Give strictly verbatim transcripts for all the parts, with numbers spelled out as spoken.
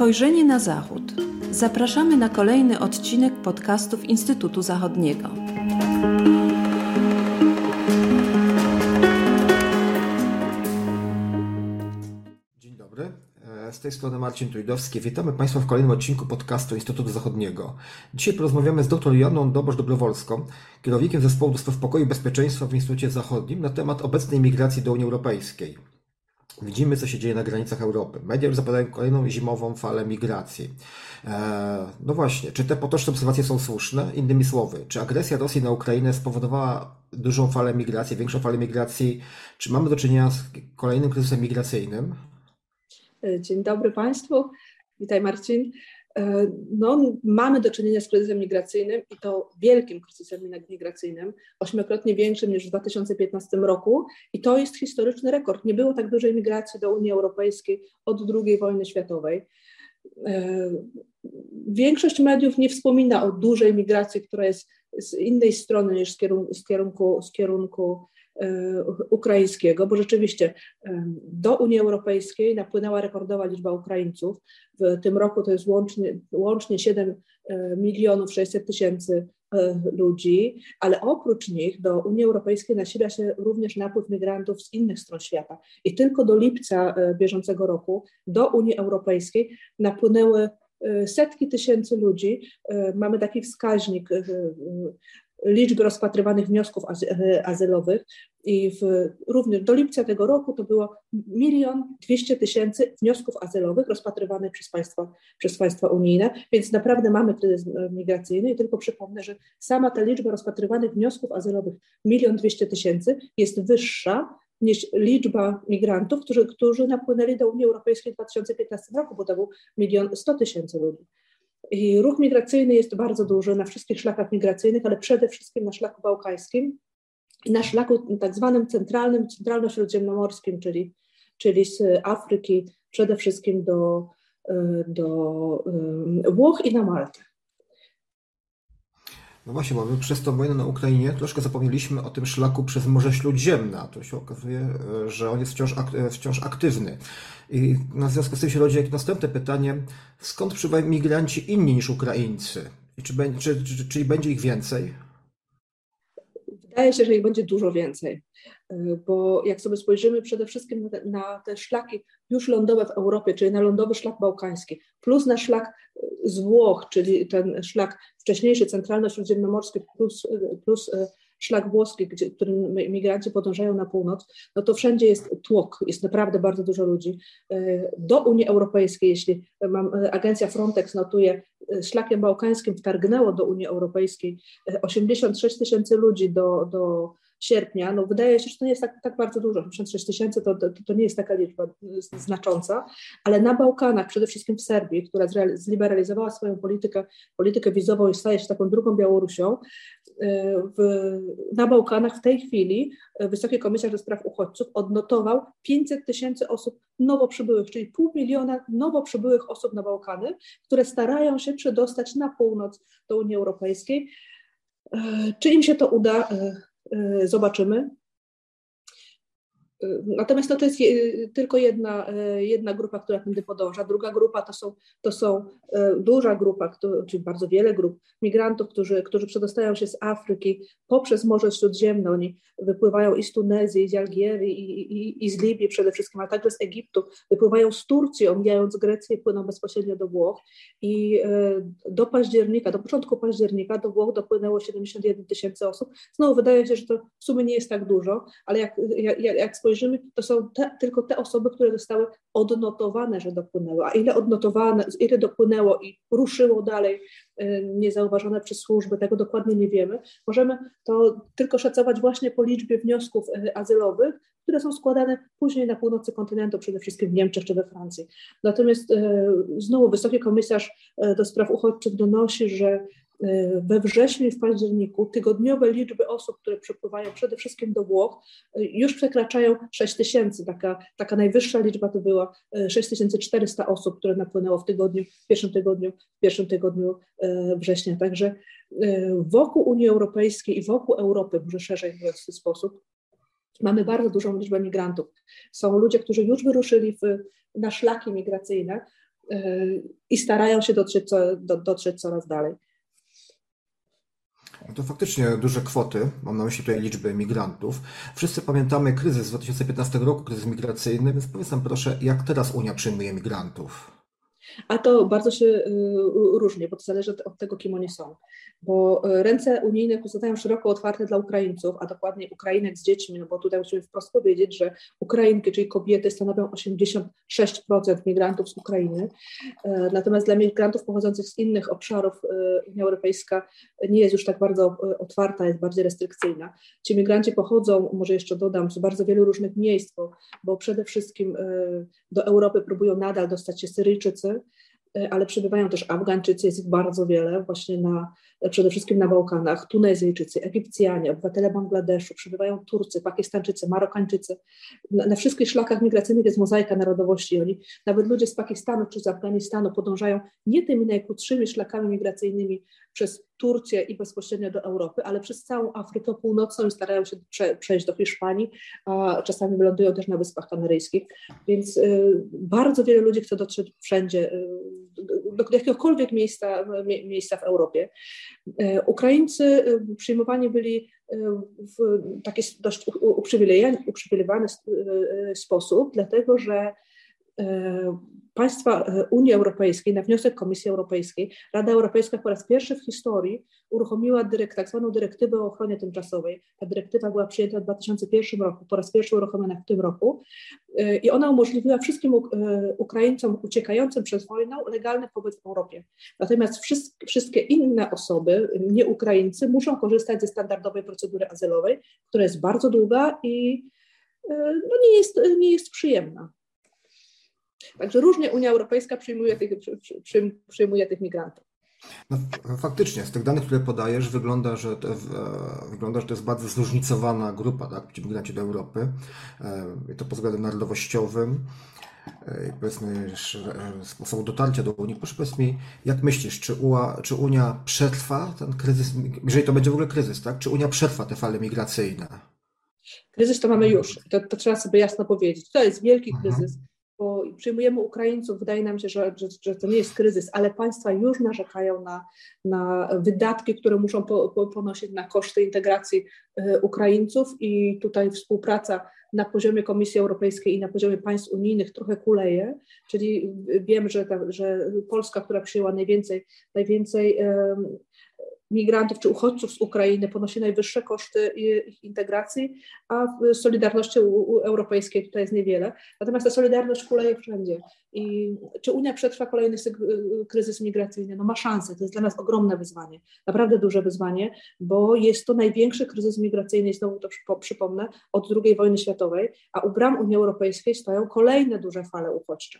Spojrzenie na Zachód. Zapraszamy na kolejny odcinek podcastów Instytutu Zachodniego. Dzień dobry, z tej strony Marcin Tujdowski. Witamy Państwa w kolejnym odcinku podcastu Instytutu Zachodniego. Dzisiaj porozmawiamy z dr Joanną Dobosz-Dobrowolską, kierownikiem Zespołu do Spraw Pokoju i Bezpieczeństwa w Instytucie Zachodnim, na temat obecnej migracji do Unii Europejskiej. Widzimy, co się dzieje na granicach Europy. Media już zapowiadają kolejną zimową falę migracji. No właśnie, czy te potoczne obserwacje są słuszne? Innymi słowy, czy agresja Rosji na Ukrainę spowodowała dużą falę migracji, większą falę migracji? Czy mamy do czynienia z kolejnym kryzysem migracyjnym? Dzień dobry Państwu. Witaj Marcin. No, mamy do czynienia z kryzysem migracyjnym i to wielkim kryzysem migracyjnym, ośmiokrotnie większym niż w dwa tysiące piętnastym roku i to jest historyczny rekord. Nie było tak dużej migracji do Unii Europejskiej od drugiej wojny światowej. Większość mediów nie wspomina o dużej migracji, która jest z innej strony niż z kierunku, z kierunku, z kierunku ukraińskiego, bo rzeczywiście do Unii Europejskiej napłynęła rekordowa liczba Ukraińców. W tym roku to jest łącznie, łącznie siedem milionów sześćset tysięcy ludzi, ale oprócz nich do Unii Europejskiej nasila się również napływ migrantów z innych stron świata. I tylko do lipca bieżącego roku do Unii Europejskiej napłynęły setki tysięcy ludzi. Mamy taki wskaźnik liczby rozpatrywanych wniosków azylowych i w, również do lipca tego roku to było milion dwieście tysięcy wniosków azylowych rozpatrywanych przez państwa, przez państwa unijne, więc naprawdę mamy kryzys migracyjny i tylko przypomnę, że sama ta liczba rozpatrywanych wniosków azylowych milion dwieście tysięcy jest wyższa niż liczba migrantów, którzy, którzy napłynęli do Unii Europejskiej w dwa tysiące piętnastym roku, bo to był milion sto tysięcy ludzi. I ruch migracyjny jest bardzo duży na wszystkich szlakach migracyjnych, ale przede wszystkim na szlaku bałkańskim i na szlaku tak zwanym centralnym, centralno-śródziemnomorskim, czyli, czyli z Afryki przede wszystkim do, do Włoch i na Maltę. No właśnie, bo my przez tą wojnę na Ukrainie troszkę zapomnieliśmy o tym szlaku przez Morze Śródziemne, a to się okazuje, że on jest wciąż, wciąż aktywny. I na związku z tym się rodzi jak następne pytanie, skąd przybywają migranci inni niż Ukraińcy? I czy, czy, czy, czyli będzie ich więcej? Wydaje się, że ich będzie dużo więcej, bo jak sobie spojrzymy przede wszystkim na te, na te szlaki już lądowe w Europie, czyli na lądowy szlak bałkański, plus na szlak z Włoch, czyli ten szlak wcześniejszy centralno-śródziemnomorski, plus, plus szlak włoski, gdzie, którym migranci podążają na północ, no to wszędzie jest tłok, jest naprawdę bardzo dużo ludzi. Do Unii Europejskiej, jeśli mam, agencja Frontex notuje, szlakiem bałkańskim wtargnęło do Unii Europejskiej osiemdziesiąt sześć tysięcy ludzi do, do sierpnia, no wydaje się, że to nie jest tak, tak bardzo dużo, osiemdziesiąt sześć tysięcy to, to, to nie jest taka liczba znacząca, ale na Bałkanach, przede wszystkim w Serbii, która zliberalizowała swoją politykę, politykę wizową i staje się taką drugą Białorusią, w, na Bałkanach w tej chwili Wysoki Komisarz do Spraw Uchodźców odnotował pięćset tysięcy osób nowo przybyłych, czyli pół miliona nowo przybyłych osób na Bałkany, które starają się przedostać na północ do Unii Europejskiej. Czy im się to uda? Zobaczymy. Natomiast no to jest tylko jedna, jedna grupa, która tędy podąża. Druga grupa to są, to są duża grupa, czyli bardzo wiele grup migrantów, którzy, którzy przedostają się z Afryki poprzez Morze Śródziemne. Oni wypływają i z Tunezji, i z Algierii, i, i, i z Libii przede wszystkim, a także z Egiptu. Wypływają z Turcji, omijając Grecję, płyną bezpośrednio do Włoch. I do października, do początku października do Włoch dopłynęło siedemdziesiąt jeden tysięcy osób. Znowu wydaje się, że to w sumie nie jest tak dużo, ale jak, jak, jak spojrzymy, to są te, tylko te osoby, które zostały odnotowane, że dopłynęły. A ile odnotowane, ile dopłynęło i ruszyło dalej, niezauważone przez służby, tego dokładnie nie wiemy. Możemy to tylko szacować właśnie po liczbie wniosków azylowych, które są składane później na północy kontynentu, przede wszystkim w Niemczech czy we Francji. Natomiast znowu Wysoki Komisarz do Spraw Uchodźczych donosi, że we wrześniu i w październiku tygodniowe liczby osób, które przypływają przede wszystkim do Włoch, już przekraczają sześć tysięcy. Taka, taka najwyższa liczba to była sześć tysięcy czterysta osób, które napłynęło w tygodniu, w pierwszym tygodniu, w pierwszym tygodniu września. Także wokół Unii Europejskiej i wokół Europy, może szerzej mówiąc w ten sposób, mamy bardzo dużą liczbę migrantów. Są ludzie, którzy już wyruszyli w, na szlaki migracyjne, i starają się dotrzeć, do, dotrzeć coraz dalej. To faktycznie duże kwoty, mam na myśli tutaj liczbę emigrantów. Wszyscy pamiętamy kryzys z dwa tysiące piętnastego roku, kryzys migracyjny, więc powiedz nam proszę, jak teraz Unia przyjmuje emigrantów? A to bardzo się różni, bo to zależy od tego, kim oni są. Bo ręce unijne pozostają szeroko otwarte dla Ukraińców, a dokładnie Ukrainek z dziećmi, no bo tutaj musimy wprost powiedzieć, że Ukrainki, czyli kobiety, stanowią osiemdziesiąt sześć procent migrantów z Ukrainy. Natomiast dla migrantów pochodzących z innych obszarów Unia Europejska nie jest już tak bardzo otwarta, jest bardziej restrykcyjna. Ci migranci pochodzą, może jeszcze dodam, z bardzo wielu różnych miejsc, bo, bo przede wszystkim do Europy próbują nadal dostać się Syryjczycy, ale przybywają też Afgańczycy, jest ich bardzo wiele, właśnie na, przede wszystkim na Bałkanach, Tunezyjczycy, Egipcjanie, obywatele Bangladeszu, przybywają Turcy, Pakistańczycy, Marokańczycy. Na, na wszystkich szlakach migracyjnych jest mozaika narodowości. Oni, nawet ludzie z Pakistanu czy z Afganistanu podążają nie tymi najkrótszymi szlakami migracyjnymi przez Turcję i bezpośrednio do Europy, ale przez całą Afrykę Północną i starają się prze, przejść do Hiszpanii, a czasami wylądują też na Wyspach Kanaryjskich. Więc y, bardzo wiele ludzi chce dotrzeć wszędzie, y, do, do jakiegokolwiek miejsca, mie, miejsca w Europie. Y, Ukraińcy y, przyjmowani byli y, w taki dość uprzywilejowany y, sposób, dlatego że y, państwa Unii Europejskiej, na wniosek Komisji Europejskiej, Rada Europejska po raz pierwszy w historii uruchomiła dyrekt, tak zwaną dyrektywę o ochronie tymczasowej. Ta dyrektywa była przyjęta w dwa tysiące pierwszym roku, po raz pierwszy uruchomiona w tym roku i ona umożliwiła wszystkim Ukraińcom uciekającym przed wojną legalny pobyt w Europie. Natomiast wszystkie inne osoby, nie Ukraińcy, muszą korzystać ze standardowej procedury azylowej, która jest bardzo długa i no, nie jest, nie jest przyjemna. Także różnie Unia Europejska przyjmuje tych, przyjmuje tych migrantów. No, faktycznie, z tych danych, które podajesz, wygląda, że to, wygląda, że to jest bardzo zróżnicowana grupa, tak, migranci do Europy. I to pod względem narodowościowym, powiedzmy, sposobu dotarcia do Unii. Proszę powiedz mi, jak myślisz, czy, U A, czy Unia przetrwa ten kryzys, jeżeli to będzie w ogóle kryzys, tak? Czy Unia przetrwa te fale migracyjne? Kryzys to mamy już, to, to trzeba sobie jasno powiedzieć. To jest wielki kryzys. Bo przyjmujemy Ukraińców, wydaje nam się, że, że, że to nie jest kryzys, ale państwa już narzekają na, na wydatki, które muszą po, po, ponosić na koszty integracji y, Ukraińców i tutaj współpraca na poziomie Komisji Europejskiej i na poziomie państw unijnych trochę kuleje, czyli wiem, że, ta, że Polska, która przyjęła najwięcej, najwięcej y, migrantów czy uchodźców z Ukrainy, ponosi najwyższe koszty ich integracji, a w Solidarności Europejskiej tutaj jest niewiele. Natomiast ta solidarność kuleje wszędzie. I czy Unia przetrwa kolejny kryzys migracyjny? No ma szansę, to jest dla nas ogromne wyzwanie, naprawdę duże wyzwanie, bo jest to największy kryzys migracyjny, i znowu to przypomnę, od drugiej wojny światowej, a u bram Unii Europejskiej stoją kolejne duże fale uchodźcze.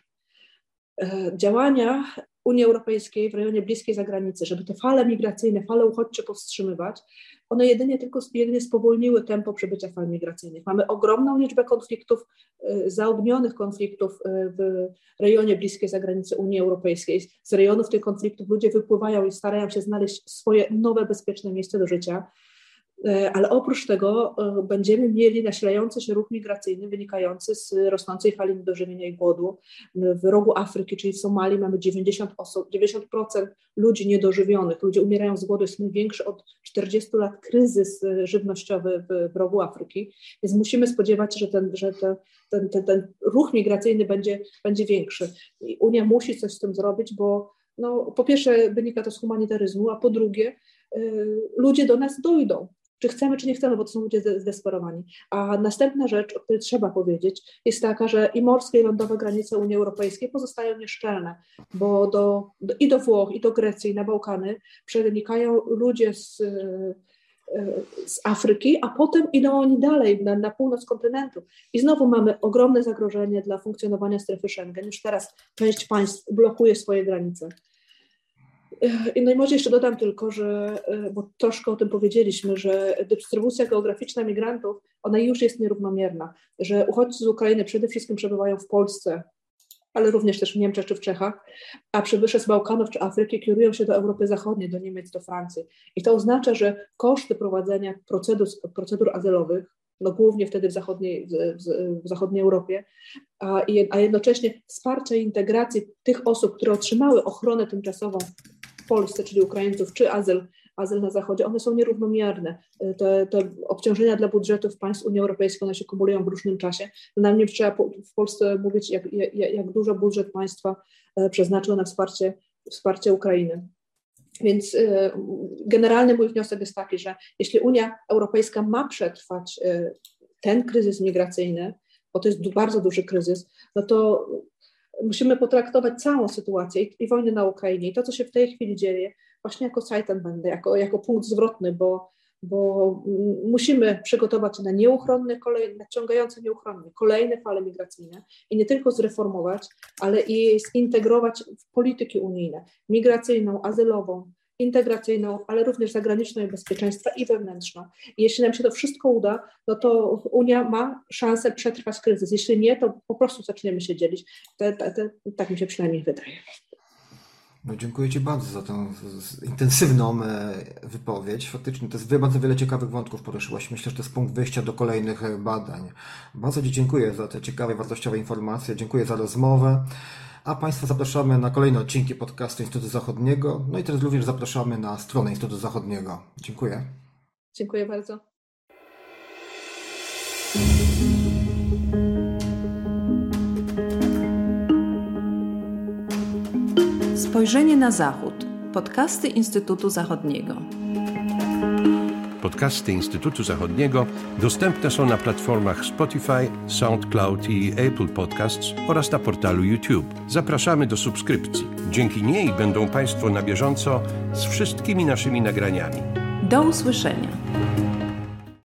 Działania Unii Europejskiej w rejonie bliskiej zagranicy, żeby te fale migracyjne, fale uchodźcze powstrzymywać, one jedynie tylko jedynie spowolniły tempo przebycia fal migracyjnych. Mamy ogromną liczbę konfliktów, zaognionych konfliktów w rejonie bliskiej zagranicy Unii Europejskiej. Z rejonów tych konfliktów ludzie wypływają i starają się znaleźć swoje nowe, bezpieczne miejsce do życia. Ale oprócz tego będziemy mieli nasilający się ruch migracyjny wynikający z rosnącej fali niedożywienia i głodu. W rogu Afryki, czyli w Somalii, mamy dziewięćdziesiąt osób, dziewięćdziesiąt procent ludzi niedożywionych. Ludzie umierają z głodu, jest największy od czterdziestu lat kryzys żywnościowy w, w rogu Afryki, więc musimy spodziewać się, że ten, że te, ten, ten, ten ruch migracyjny będzie, będzie większy. I Unia musi coś z tym zrobić, bo no, po pierwsze wynika to z humanitaryzmu, a po drugie y, ludzie do nas dojdą. Czy chcemy, czy nie chcemy, bo to są ludzie zdesperowani. A następna rzecz, o której trzeba powiedzieć, jest taka, że i morskie, i lądowe granice Unii Europejskiej pozostają nieszczelne, bo do, do, i do Włoch, i do Grecji, i na Bałkany przenikają ludzie z, z Afryki, a potem idą oni dalej na, na północ kontynentu. I znowu mamy ogromne zagrożenie dla funkcjonowania strefy Schengen. Już teraz część państw blokuje swoje granice. No i może jeszcze dodam tylko, że, bo troszkę o tym powiedzieliśmy, że dystrybucja geograficzna migrantów, ona już jest nierównomierna, że uchodźcy z Ukrainy przede wszystkim przebywają w Polsce, ale również też w Niemczech czy w Czechach, a przybysze z Bałkanów czy Afryki kierują się do Europy Zachodniej, do Niemiec, do Francji. I to oznacza, że koszty prowadzenia procedur, procedur azylowych no głównie wtedy w zachodniej, w, w zachodniej Europie, a, a jednocześnie wsparcia integracji tych osób, które otrzymały ochronę tymczasową w Polsce, czyli Ukraińców, czy azyl, azyl na Zachodzie, one są nierównomierne. Te, te obciążenia dla budżetów państw Unii Europejskiej, one się kumulują w różnym czasie. Nam nie trzeba w Polsce mówić, jak, jak, jak dużo budżet państwa przeznaczył na wsparcie, wsparcie Ukrainy. Więc generalny mój wniosek jest taki, że jeśli Unia Europejska ma przetrwać ten kryzys migracyjny, bo to jest bardzo duży kryzys, no to musimy potraktować całą sytuację i, i wojnę na Ukrainie i to, co się w tej chwili dzieje, właśnie jako Zeitenwende, jako, jako punkt zwrotny, bo, bo musimy przygotować się na nieuchronne, kolejne, nadciągające nieuchronne, kolejne fale migracyjne i nie tylko zreformować, ale i zintegrować w polityki unijne, migracyjną, azylową, integracyjną, ale również zagraniczną i bezpieczeństwa i wewnętrzną. I jeśli nam się to wszystko uda, no to Unia ma szansę przetrwać kryzys. Jeśli nie, to po prostu zaczniemy się dzielić. Te, te, te, tak mi się przynajmniej wydaje. No, dziękuję Ci bardzo za tę intensywną wypowiedź. Faktycznie to jest bardzo wiele ciekawych wątków poruszyłaś. Myślę, że to jest punkt wyjścia do kolejnych badań. Bardzo Ci dziękuję za te ciekawe, wartościowe informacje. Dziękuję za rozmowę. A Państwa zapraszamy na kolejne odcinki podcastu Instytutu Zachodniego. No i teraz również zapraszamy na stronę Instytutu Zachodniego. Dziękuję. Dziękuję bardzo. Spojrzenie na Zachód. Podcasty Instytutu Zachodniego. Podcasty Instytutu Zachodniego dostępne są na platformach Spotify, SoundCloud i Apple Podcasts oraz na portalu YouTube. Zapraszamy do subskrypcji. Dzięki niej będą Państwo na bieżąco z wszystkimi naszymi nagraniami. Do usłyszenia.